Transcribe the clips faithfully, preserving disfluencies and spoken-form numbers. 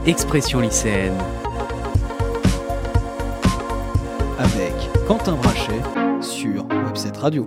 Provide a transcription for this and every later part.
Expression lycéenne. Avec Quentin Brachet sur Webset Radio.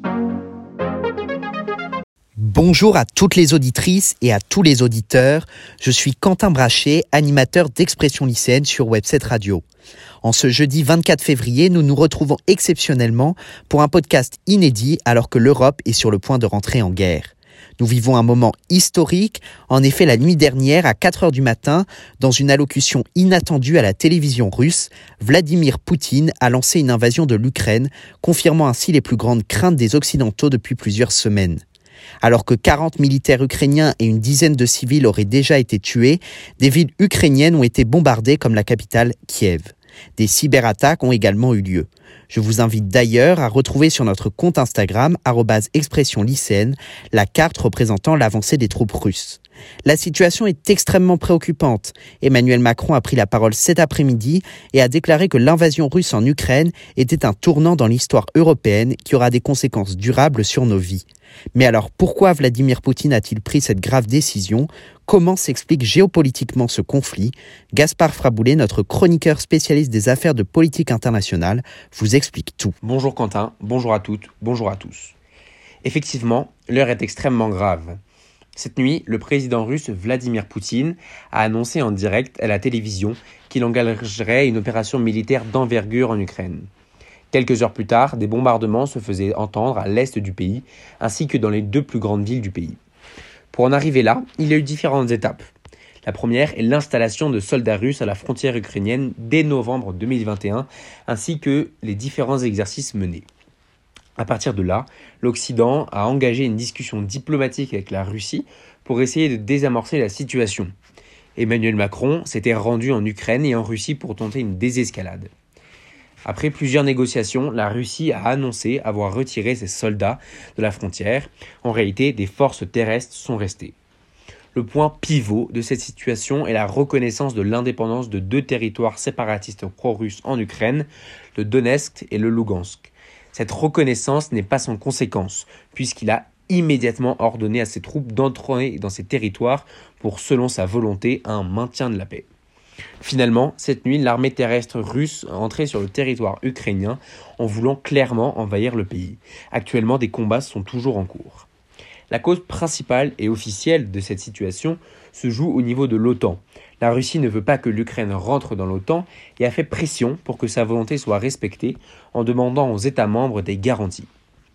Bonjour à toutes les auditrices et à tous les auditeurs. Je suis Quentin Brachet, animateur d'Expression lycéenne sur Webset Radio. En ce jeudi vingt-quatre février, nous nous retrouvons exceptionnellement pour un podcast inédit alors que l'Europe est sur le point de rentrer en guerre. Nous vivons un moment historique. En effet, la nuit dernière, à quatre heures du matin, dans une allocution inattendue à la télévision russe, Vladimir Poutine a lancé une invasion de l'Ukraine, confirmant ainsi les plus grandes craintes des Occidentaux depuis plusieurs semaines. Alors que quarante militaires ukrainiens et une dizaine de civils auraient déjà été tués, des villes ukrainiennes ont été bombardées comme la capitale Kiev. Des cyberattaques ont également eu lieu. Je vous invite d'ailleurs à retrouver sur notre compte Instagram arobase expression lycéenne la carte représentant l'avancée des troupes russes. La situation est extrêmement préoccupante. Emmanuel Macron a pris la parole cet après-midi et a déclaré que l'invasion russe en Ukraine était un tournant dans l'histoire européenne qui aura des conséquences durables sur nos vies. Mais alors pourquoi Vladimir Poutine a-t-il pris cette grave décision ? Comment s'explique géopolitiquement ce conflit ? Gaspard Fraboulet, notre chroniqueur spécialiste des affaires de politique internationale, vous explique tout. Bonjour Quentin, bonjour à toutes, bonjour à tous. Effectivement, l'heure est extrêmement grave. Cette nuit, le président russe Vladimir Poutine a annoncé en direct à la télévision qu'il engagerait une opération militaire d'envergure en Ukraine. Quelques heures plus tard, des bombardements se faisaient entendre à l'est du pays, ainsi que dans les deux plus grandes villes du pays. Pour en arriver là, il y a eu différentes étapes. La première est l'installation de soldats russes à la frontière ukrainienne dès novembre deux mille vingt et un, ainsi que les différents exercices menés. À partir de là, l'Occident a engagé une discussion diplomatique avec la Russie pour essayer de désamorcer la situation. Emmanuel Macron s'était rendu en Ukraine et en Russie pour tenter une désescalade. Après plusieurs négociations, la Russie a annoncé avoir retiré ses soldats de la frontière. En réalité, des forces terrestres sont restées. Le point pivot de cette situation est la reconnaissance de l'indépendance de deux territoires séparatistes pro-russes en Ukraine, le Donetsk et le Lugansk. Cette reconnaissance n'est pas sans conséquence, puisqu'il a immédiatement ordonné à ses troupes d'entrer dans ces territoires pour, selon sa volonté, un maintien de la paix. Finalement, cette nuit, l'armée terrestre russe est entrée sur le territoire ukrainien en voulant clairement envahir le pays. Actuellement, des combats sont toujours en cours. La cause principale et officielle de cette situation se joue au niveau de l'OTAN. La Russie ne veut pas que l'Ukraine rentre dans l'OTAN et a fait pression pour que sa volonté soit respectée en demandant aux États membres des garanties.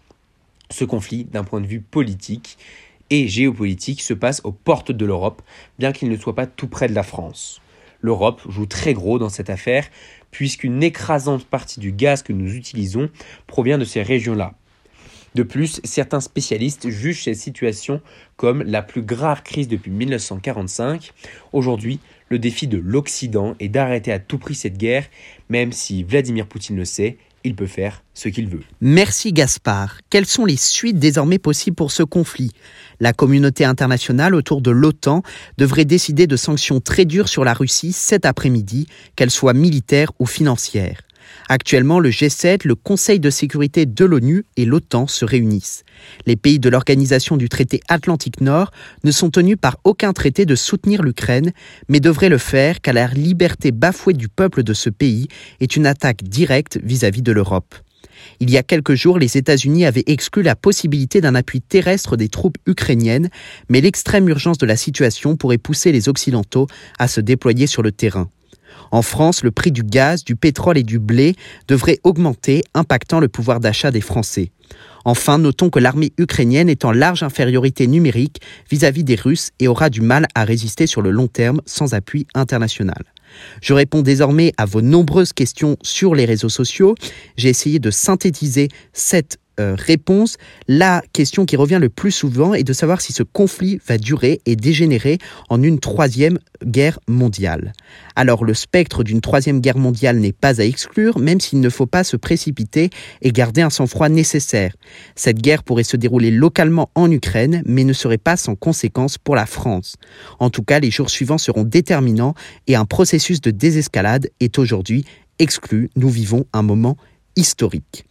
Ce conflit, d'un point de vue politique et géopolitique, se passe aux portes de l'Europe, bien qu'il ne soit pas tout près de la France. L'Europe joue très gros dans cette affaire, puisqu'une écrasante partie du gaz que nous utilisons provient de ces régions-là. De plus, certains spécialistes jugent cette situation comme la plus grave crise depuis mille neuf cent quarante-cinq. Aujourd'hui, le défi de l'Occident est d'arrêter à tout prix cette guerre, même si Vladimir Poutine le sait, il peut faire ce qu'il veut. Merci Gaspard. Quelles sont les suites désormais possibles pour ce conflit ? La communauté internationale autour de l'OTAN devrait décider de sanctions très dures sur la Russie cet après-midi, qu'elles soient militaires ou financières. Actuellement, le G sept, le Conseil de sécurité de l'ONU et l'OTAN se réunissent. Les pays de l'Organisation du traité Atlantique Nord ne sont tenus par aucun traité de soutenir l'Ukraine, mais devraient le faire car la liberté bafouée du peuple de ce pays est une attaque directe vis-à-vis de l'Europe. Il y a quelques jours, les États-Unis avaient exclu la possibilité d'un appui terrestre des troupes ukrainiennes, mais l'extrême urgence de la situation pourrait pousser les Occidentaux à se déployer sur le terrain. En France, le prix du gaz, du pétrole et du blé devrait augmenter, impactant le pouvoir d'achat des Français. Enfin, notons que l'armée ukrainienne est en large infériorité numérique vis-à-vis des Russes et aura du mal à résister sur le long terme sans appui international. Je réponds désormais à vos nombreuses questions sur les réseaux sociaux. J'ai essayé de synthétiser cette euh, réponse. La question qui revient le plus souvent est de savoir si ce conflit va durer et dégénérer en une troisième guerre mondiale. Alors le spectre d'une troisième guerre mondiale n'est pas à exclure, même s'il ne faut pas se précipiter et garder un sang-froid nécessaire. Cette guerre pourrait se dérouler localement en Ukraine, mais ne serait pas sans conséquences pour la France. En tout cas, les jours suivants seront déterminants et un processus de désescalade est aujourd'hui exclu. Nous vivons un moment historique.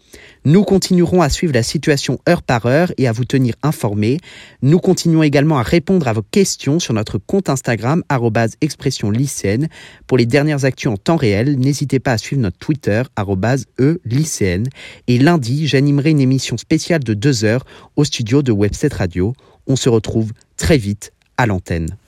Nous continuerons à suivre la situation heure par heure et à vous tenir informés. Nous continuons également à répondre à vos questions sur notre compte Instagram arobase expression lycéenne. Pour les dernières actus en temps réel, n'hésitez pas à suivre notre Twitter arobase e lycéenne. Et lundi, j'animerai une émission spéciale de deux heures au studio de Web sept Radio. On se retrouve très vite à l'antenne.